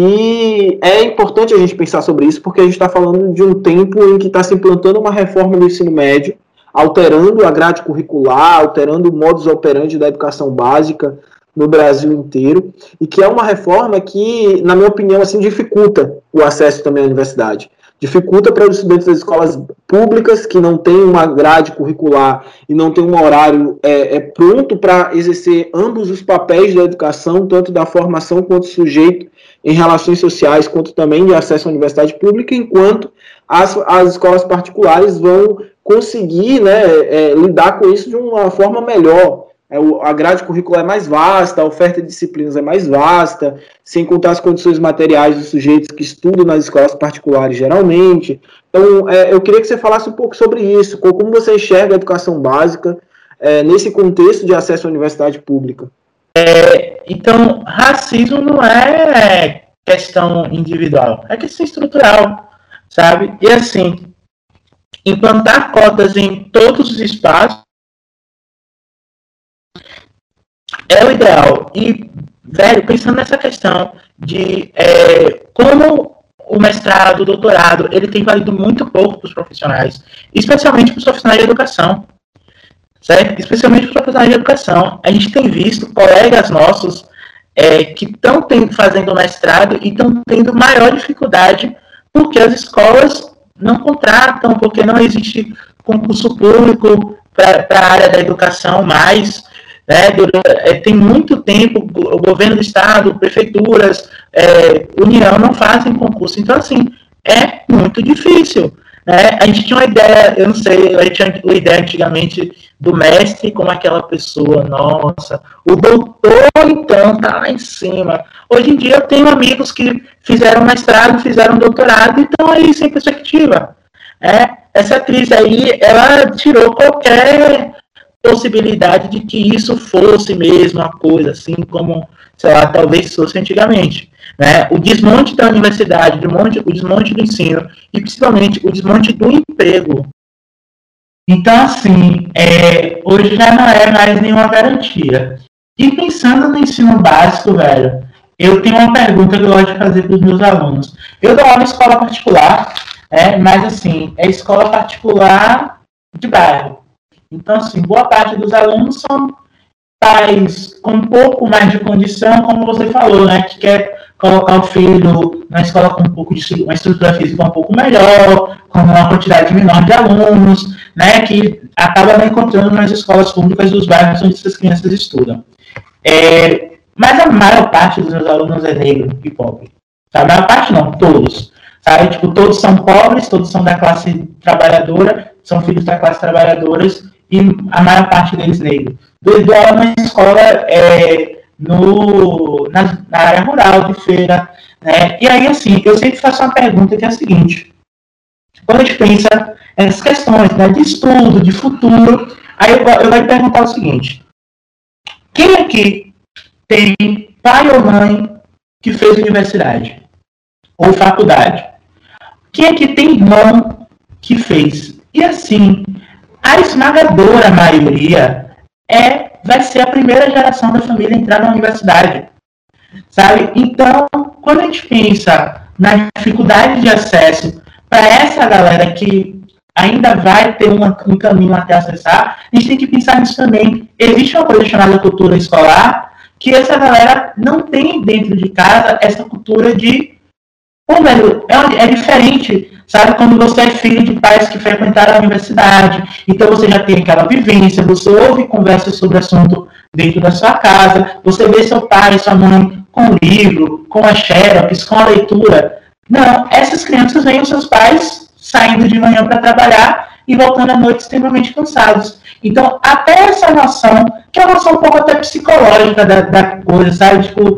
E é importante a gente pensar sobre isso, porque a gente está falando de um tempo em que está se implantando uma reforma do ensino médio, alterando a grade curricular, alterando o modus operandi da educação básica no Brasil inteiro, e que é uma reforma que, na minha opinião, assim, dificulta o acesso também à universidade. Dificulta para os estudantes das escolas públicas que não têm uma grade curricular e não têm um horário pronto para exercer ambos os papéis da educação, tanto da formação quanto sujeito em relações sociais, quanto também de acesso à universidade pública, enquanto as escolas particulares vão conseguir, né, lidar com isso de uma forma melhor. A grade curricular é mais vasta, a oferta de disciplinas é mais vasta, sem contar as condições materiais dos sujeitos que estudam nas escolas particulares geralmente. Então, eu queria que você falasse um pouco sobre isso, como você enxerga a educação básica nesse contexto de acesso à universidade pública. Então, racismo não é questão individual, é questão estrutural, sabe? E assim, implantar cotas em todos os espaços é o ideal. E, velho, pensando nessa questão de como o mestrado, o doutorado, ele tem valido muito pouco para os profissionais, especialmente para os profissionais de educação, certo? Especialmente para os profissionais de educação. A gente tem visto colegas nossos que estão fazendo mestrado e estão tendo maior dificuldade porque as escolas não contratam, porque não existe concurso público para a área da educação mais. Tem muito tempo o governo do estado, prefeituras, União não fazem concurso. Então, assim, é muito difícil. A gente tinha uma ideia, eu não sei, a gente tinha uma ideia antigamente do mestre como aquela pessoa, nossa, o doutor então tá lá em cima. Hoje em dia eu tenho amigos que fizeram mestrado, fizeram doutorado e estão aí sem perspectiva. Essa crise aí, ela tirou qualquer possibilidade de que isso fosse mesmo uma coisa assim como, sei lá, talvez fosse antigamente. O desmonte da universidade, o desmonte do ensino e principalmente o desmonte do emprego Então, assim, hoje já não é mais nenhuma garantia. E pensando no ensino básico, velho, eu tenho uma pergunta que eu gosto de fazer para os meus alunos. Eu dou aula em escola particular, mas, assim, é escola particular de bairro. Então, assim, boa parte dos alunos são pais com um pouco mais de condição, como você falou, né, que quer colocar o filho na escola com um pouco de uma estrutura física um pouco melhor, com uma quantidade menor de alunos, né, que acaba não encontrando nas escolas públicas dos bairros onde essas crianças estudam. Mas a maior parte dos meus alunos é negro e pobre. A maior parte não, todos. Sabe? Tipo, todos são pobres, todos são da classe trabalhadora, são filhos da classe trabalhadora e a maior parte deles negro. Eu dou aula na escola na área rural, de feira, né? E aí, assim, eu sempre faço uma pergunta que é a seguinte. Quando a gente pensa nessas questões, né, de estudo, de futuro, aí eu vou perguntar o seguinte. Quem aqui tem pai ou mãe que fez universidade? Ou faculdade? Quem aqui tem irmão que fez? E assim, a esmagadora maioria vai ser a primeira geração da família a entrar na universidade. Sabe? Então, quando a gente pensa na dificuldade de acesso para essa galera que ainda vai ter um caminho até acessar, a gente tem que pensar nisso também. Existe uma coisa chamada cultura escolar, que essa galera não tem dentro de casa essa cultura de... Pô, velho, é diferente, sabe? Quando você é filho de pais que frequentaram a universidade, então você já tem aquela vivência, você ouve conversas sobre assunto dentro da sua casa, você vê seu pai e sua mãe com o livro, com a xerox, com a leitura. Não, essas crianças veem os seus pais saindo de manhã para trabalhar e voltando à noite extremamente cansados. Então, até essa noção, que é uma noção um pouco até psicológica da coisa, sabe? Tipo,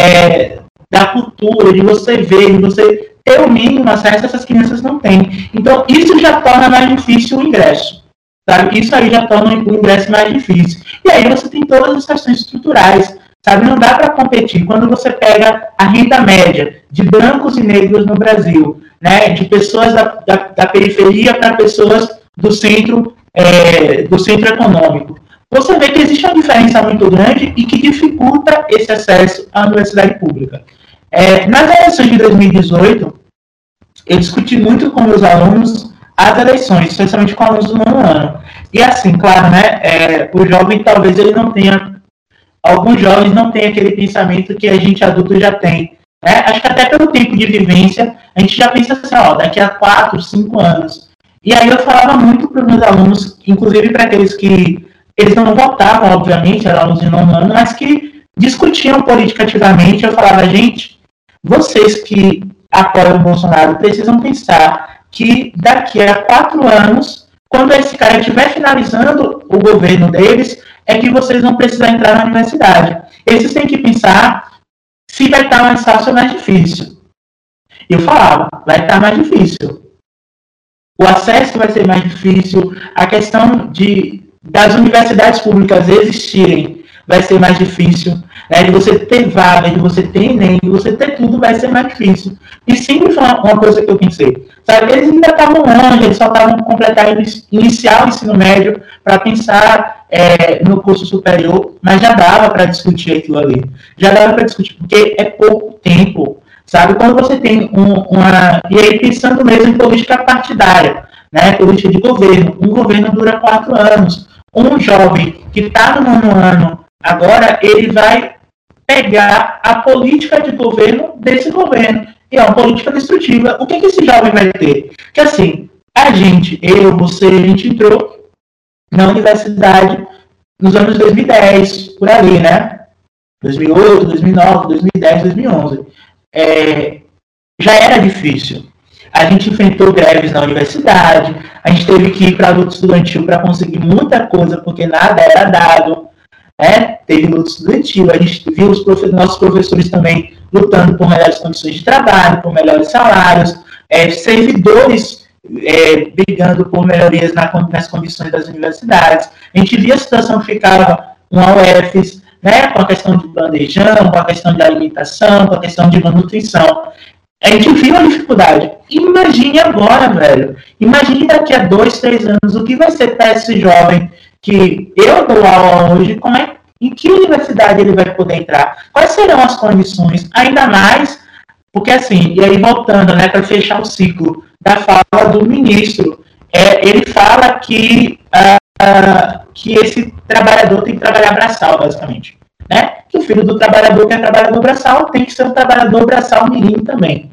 da cultura, de você ver, de você ter o mínimo acesso, essas crianças não têm. Então, isso já torna mais difícil o ingresso. Sabe? Isso aí já torna o ingresso mais difícil. E aí você tem todas as questões estruturais. Sabe? Não dá para competir. Quando você pega a renda média de brancos e negros no Brasil, né, de pessoas da periferia para pessoas do centro econômico, você vê que existe uma diferença muito grande e que dificulta esse acesso à universidade pública. Nas eleições de 2018, eu discuti muito com meus alunos as eleições, especialmente com alunos do nono ano. E assim, claro, né, o jovem talvez ele não tenha, alguns jovens não têm aquele pensamento que a gente adulto já tem. Né? Acho que até pelo tempo de vivência, a gente já pensa assim, daqui a 4, 5 anos. E aí eu falava muito para os meus alunos, inclusive para aqueles que eles não votavam, obviamente, eram alunos de nono ano, mas que discutiam política ativamente. Eu falava, gente, vocês que apoiam o Bolsonaro precisam pensar que daqui a 4 anos, quando esse cara estiver finalizando o governo deles, é que vocês vão precisar entrar na universidade. Eles têm que pensar se vai estar mais fácil ou mais difícil. Eu falava, vai estar mais difícil. O acesso vai ser mais difícil, a questão das universidades públicas existirem vai ser mais difícil, né? De você ter vaga, de você ter Enem, de você ter tudo, vai ser mais difícil. E sempre foi uma coisa que eu pensei, sabe? Eles ainda estavam longe, eles só estavam completando iniciar o ensino médio para pensar no curso superior, mas já dava para discutir aquilo ali. Já dava para discutir, porque é pouco tempo, sabe? Quando você tem e aí pensando mesmo em política partidária, né? Política de governo, um governo dura 4 anos. Um jovem que está no nono ano, agora ele vai pegar a política de governo desse governo. E é uma política destrutiva. O que esse jovem vai ter? Que assim, você, a gente entrou na universidade nos anos 2010, por ali, né? 2008, 2009, 2010, 2011. Já era difícil. A gente enfrentou greves na universidade, a gente teve que ir para a luta estudantil para conseguir muita coisa, porque nada era dado. Teve luta estudantil, a gente viu nossos professores também lutando por melhores condições de trabalho, por melhores salários, servidores brigando por melhorias nas condições das universidades. A gente via a situação que ficava uma UFES, né, com a questão de bandejão, com a questão de alimentação, com a questão de manutenção. A gente viu a dificuldade. Imagine agora, velho. Imagine daqui a 2, 3 anos o que vai ser para esse jovem que eu dou aula hoje, em que universidade ele vai poder entrar? Quais serão as condições? Ainda mais, porque assim, e aí voltando, né, para fechar o ciclo da fala do ministro, ele fala que esse trabalhador tem que trabalhar braçal, basicamente. Né? Que o filho do trabalhador que é trabalhador braçal tem que ser um trabalhador braçal mirim também.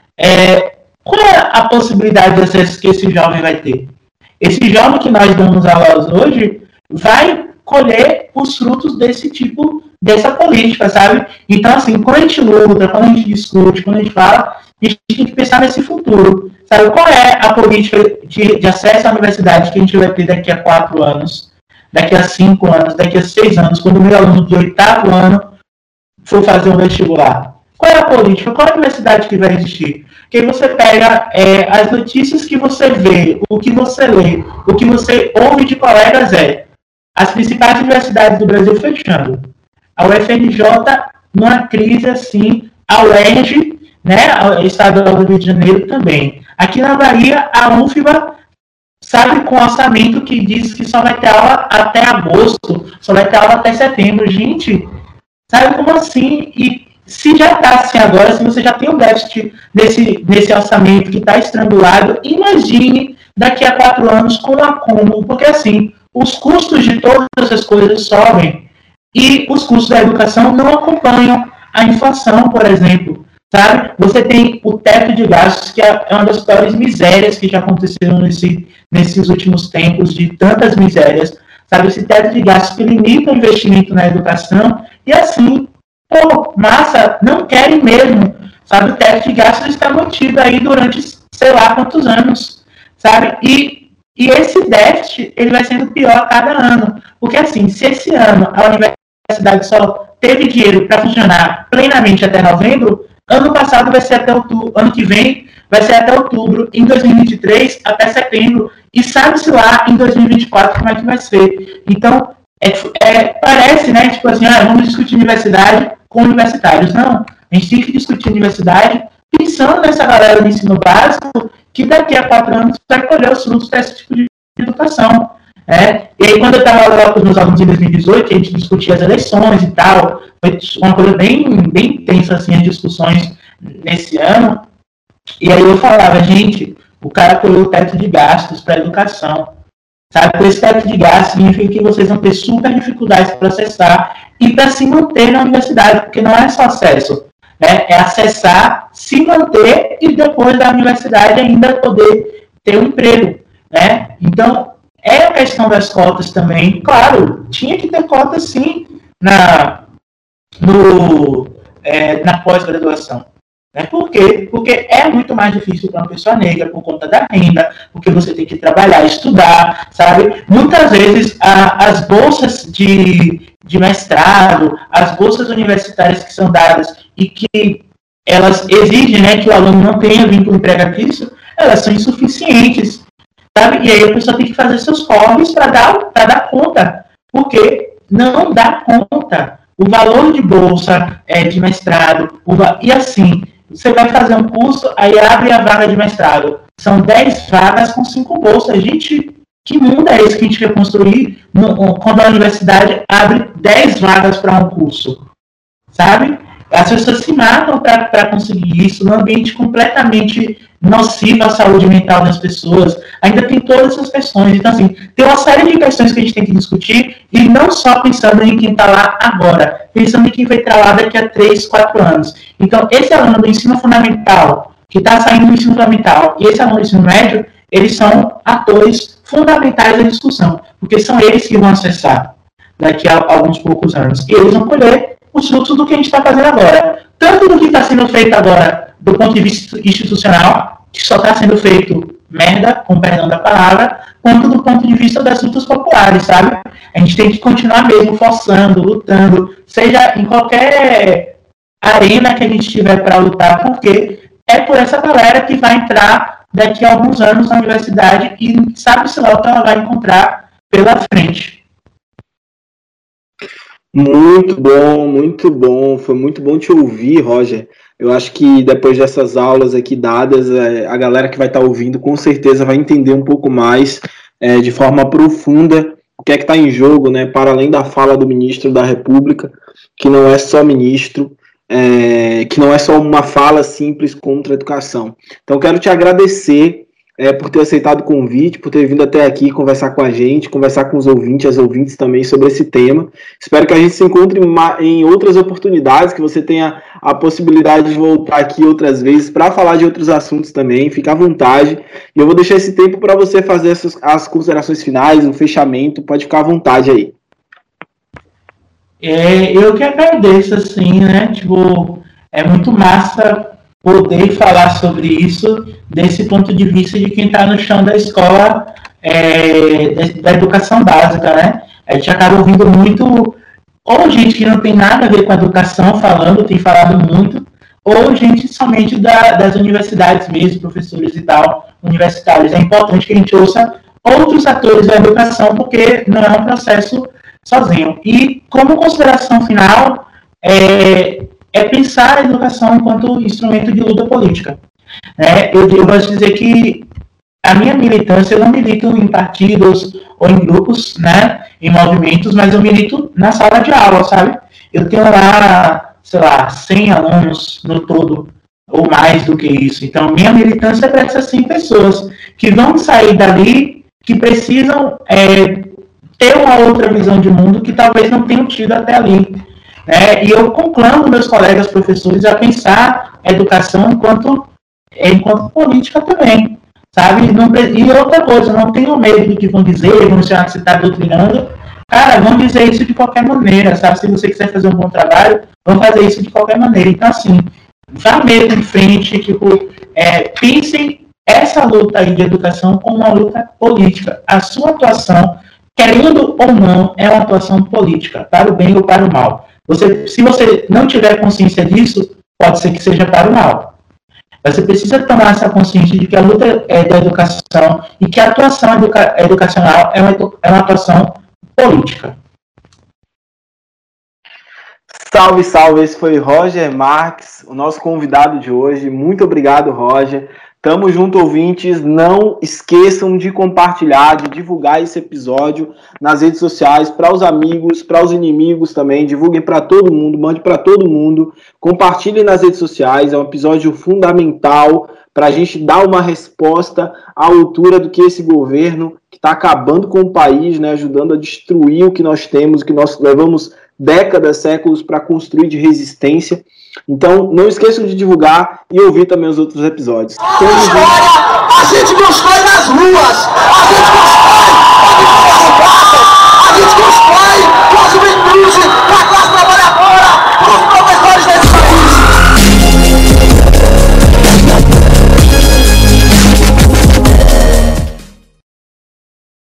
Qual é a possibilidade de acesso que esse jovem vai ter? Esse jovem que nós damos aulas hoje vai colher os frutos dessa política, sabe? Então, assim, quando a gente luta, quando a gente discute, quando a gente fala, a gente tem que pensar nesse futuro. Sabe qual é a política de acesso à universidade que a gente vai ter daqui a 4 anos, daqui a 5 anos, daqui a 6 anos, quando o meu aluno de 8º ano for fazer um vestibular? Qual é a política? Qual é a universidade que vai existir? Que aí você pega as notícias que você vê, o que você lê, o que você ouve de colegas as principais universidades do Brasil fechando. A UFRJ numa crise assim, a UERJ, né, o Estadual do Rio de Janeiro também. Aqui na Bahia, a UFBA, sabe, com orçamento que diz que só vai ter aula até agosto, só vai ter aula até setembro. Gente, sabe como assim? E se já está assim agora, se você já tem um déficit nesse orçamento que está estrangulado, imagine daqui a 4 anos com o acúmulo, porque assim, os custos de todas essas coisas sobem e os custos da educação não acompanham a inflação, por exemplo. Sabe? Você tem o teto de gastos, que é uma das piores misérias que já aconteceram nesses últimos tempos, de tantas misérias. Sabe? Esse teto de gastos que limita o investimento na educação. E assim, massa, não querem mesmo. Sabe? O teto de gastos está mantido aí durante sei lá quantos anos. Sabe? E esse déficit ele vai sendo pior a cada ano. Porque assim, se esse ano a universidade só teve dinheiro para funcionar plenamente até novembro, ano passado vai ser até outubro, ano que vem vai ser até outubro, em 2023 até setembro, e sabe-se lá em 2024 como é que vai ser. Então, parece, né, tipo assim, vamos discutir universidade com universitários. Não, a gente tem que discutir universidade pensando nessa galera do ensino básico que daqui a 4 anos vai colher os frutos desse tipo de educação. E aí, quando eu estava lá com os meus alunos em 2018, a gente discutia as eleições e tal, foi uma coisa bem intensa, assim, as discussões nesse ano, e aí eu falava, gente, o cara colheu o teto de gastos para a educação, sabe? Com esse teto de gastos significa que vocês vão ter super dificuldades para acessar e para se manter na universidade, porque não é só acesso, né? É acessar, se manter e depois da universidade ainda poder ter um emprego, né? Então, a questão das cotas também. Claro, tinha que ter cotas sim na pós-graduação. Né? Por quê? Porque é muito mais difícil para uma pessoa negra por conta da renda, porque você tem que trabalhar, estudar, sabe? Muitas vezes as bolsas de mestrado, as bolsas universitárias que são dadas e que elas exigem, né, que o aluno não tenha vínculo empregatício, elas são insuficientes. Sabe? E aí a pessoa tem que fazer seus corres para dar conta, porque não dá conta. O valor de bolsa de mestrado, e assim, você vai fazer um curso, aí abre a vaga de mestrado. São 10 vagas com 5 bolsas. Gente, que mundo é esse que a gente quer construir quando a universidade abre 10 vagas para um curso? Sabe? As pessoas se matam para conseguir isso, num ambiente completamente nocivo à saúde mental das pessoas. Ainda tem todas essas questões. Então, assim, tem uma série de questões que a gente tem que discutir, e não só pensando em quem está lá agora, pensando em quem vai estar lá daqui a 3, 4 anos. Então, esse aluno do ensino fundamental, que está saindo do ensino fundamental, e esse aluno do ensino médio, eles são atores fundamentais da discussão, porque são eles que vão acessar daqui a alguns poucos anos. E eles vão colher os frutos do que a gente está fazendo agora. Tanto do que está sendo feito agora do ponto de vista institucional, que só está sendo feito merda, com perdão da palavra, quanto do ponto de vista das lutas populares, sabe? A gente tem que continuar mesmo forçando, lutando, seja em qualquer arena que a gente tiver para lutar, porque é por essa galera que vai entrar daqui a alguns anos na universidade e sabe-se lá o que ela vai encontrar pela frente. Muito bom, muito bom. Foi muito bom te ouvir, Roger. Eu acho que depois dessas aulas aqui dadas, a galera que vai estar ouvindo com certeza vai entender um pouco mais, de forma profunda, o que é que está em jogo, né, para além da fala do ministro da República, que não é só ministro, que não é só uma fala simples contra a educação. Então, quero te agradecer por ter aceitado o convite, por ter vindo até aqui conversar com a gente, conversar com os ouvintes, as ouvintes também sobre esse tema. Espero que a gente se encontre em outras oportunidades, que você tenha a possibilidade de voltar aqui outras vezes para falar de outros assuntos também. Fica à vontade. E eu vou deixar esse tempo para você fazer as considerações finais, o fechamento. Pode ficar à vontade aí. Eu que agradeço, assim, né? Tipo, é muito massa poder falar sobre isso desse ponto de vista de quem está no chão da escola, da educação básica, né? A gente acaba ouvindo muito, ou gente que não tem nada a ver com a educação falando, tem falado muito, ou gente somente das universidades mesmo, professores e tal, universitários. É importante que a gente ouça outros atores da educação, porque não é um processo sozinho. E como consideração final, pensar a educação enquanto instrumento de luta política. Eu gosto de dizer que a minha militância, eu não milito em partidos ou em grupos, né, em movimentos, mas eu milito na sala de aula, sabe? Eu tenho lá, sei lá, 100 alunos no todo, ou mais do que isso. Então, minha militância é para essas 100 pessoas que vão sair dali, que precisam ter uma outra visão de mundo que talvez não tenham tido até ali. E eu conclamo meus colegas professores a pensar a educação enquanto política também, sabe? E outra coisa, não tenham medo do que vão dizer, vão achar que você está doutrinando. Cara, vão dizer isso de qualquer maneira, sabe? Se você quiser fazer um bom trabalho, vão fazer isso de qualquer maneira. Então, assim, vá mesmo em frente, pensem essa luta aí de educação como uma luta política. A sua atuação, querendo ou não, é uma atuação política, para o bem ou para o mal. Se você não tiver consciência disso, pode ser que seja para o mal. Você precisa tomar essa consciência de que a luta é da educação e que a atuação educacional é uma atuação política. Salve, salve! Esse foi Roger Marques, o nosso convidado de hoje. Muito obrigado, Roger. Tamo junto, ouvintes. Não esqueçam de compartilhar, de divulgar esse episódio nas redes sociais, para os amigos, para os inimigos também. Divulguem para todo mundo, mande para todo mundo. Compartilhem nas redes sociais. É um episódio fundamental para a gente dar uma resposta à altura do que esse governo, que está acabando com o país, né, ajudando a destruir o que nós temos, o que nós levamos décadas, séculos para construir de resistência. Então, não esqueçam de divulgar e ouvir também os outros episódios. A gente constrói nas ruas! A gente constrói